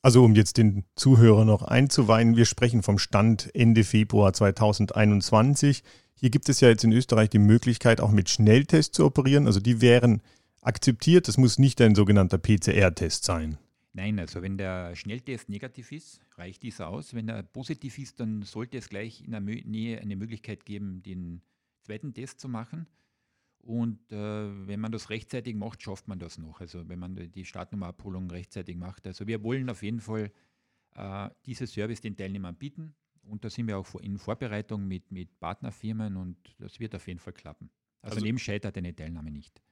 Also um jetzt den Zuhörer noch einzuweihen, wir sprechen vom Stand Ende Februar 2021. Hier gibt es ja jetzt in Österreich die Möglichkeit, auch mit Schnelltests zu operieren. Also die wären akzeptiert. Das muss nicht ein sogenannter PCR-Test sein. Nein, also wenn der Schnelltest negativ ist, reicht dieser aus. Wenn er positiv ist, dann sollte es gleich in der Nähe eine Möglichkeit geben, den zweiten Test zu machen. Und wenn man das rechtzeitig macht, schafft man das noch. Also wenn man die Startnummerabholung rechtzeitig macht. Also wir wollen auf jeden Fall dieses Service den Teilnehmern bieten. Und da sind wir auch in Vorbereitung mit Partnerfirmen und das wird auf jeden Fall klappen. Also dem scheitert eine Teilnahme nicht.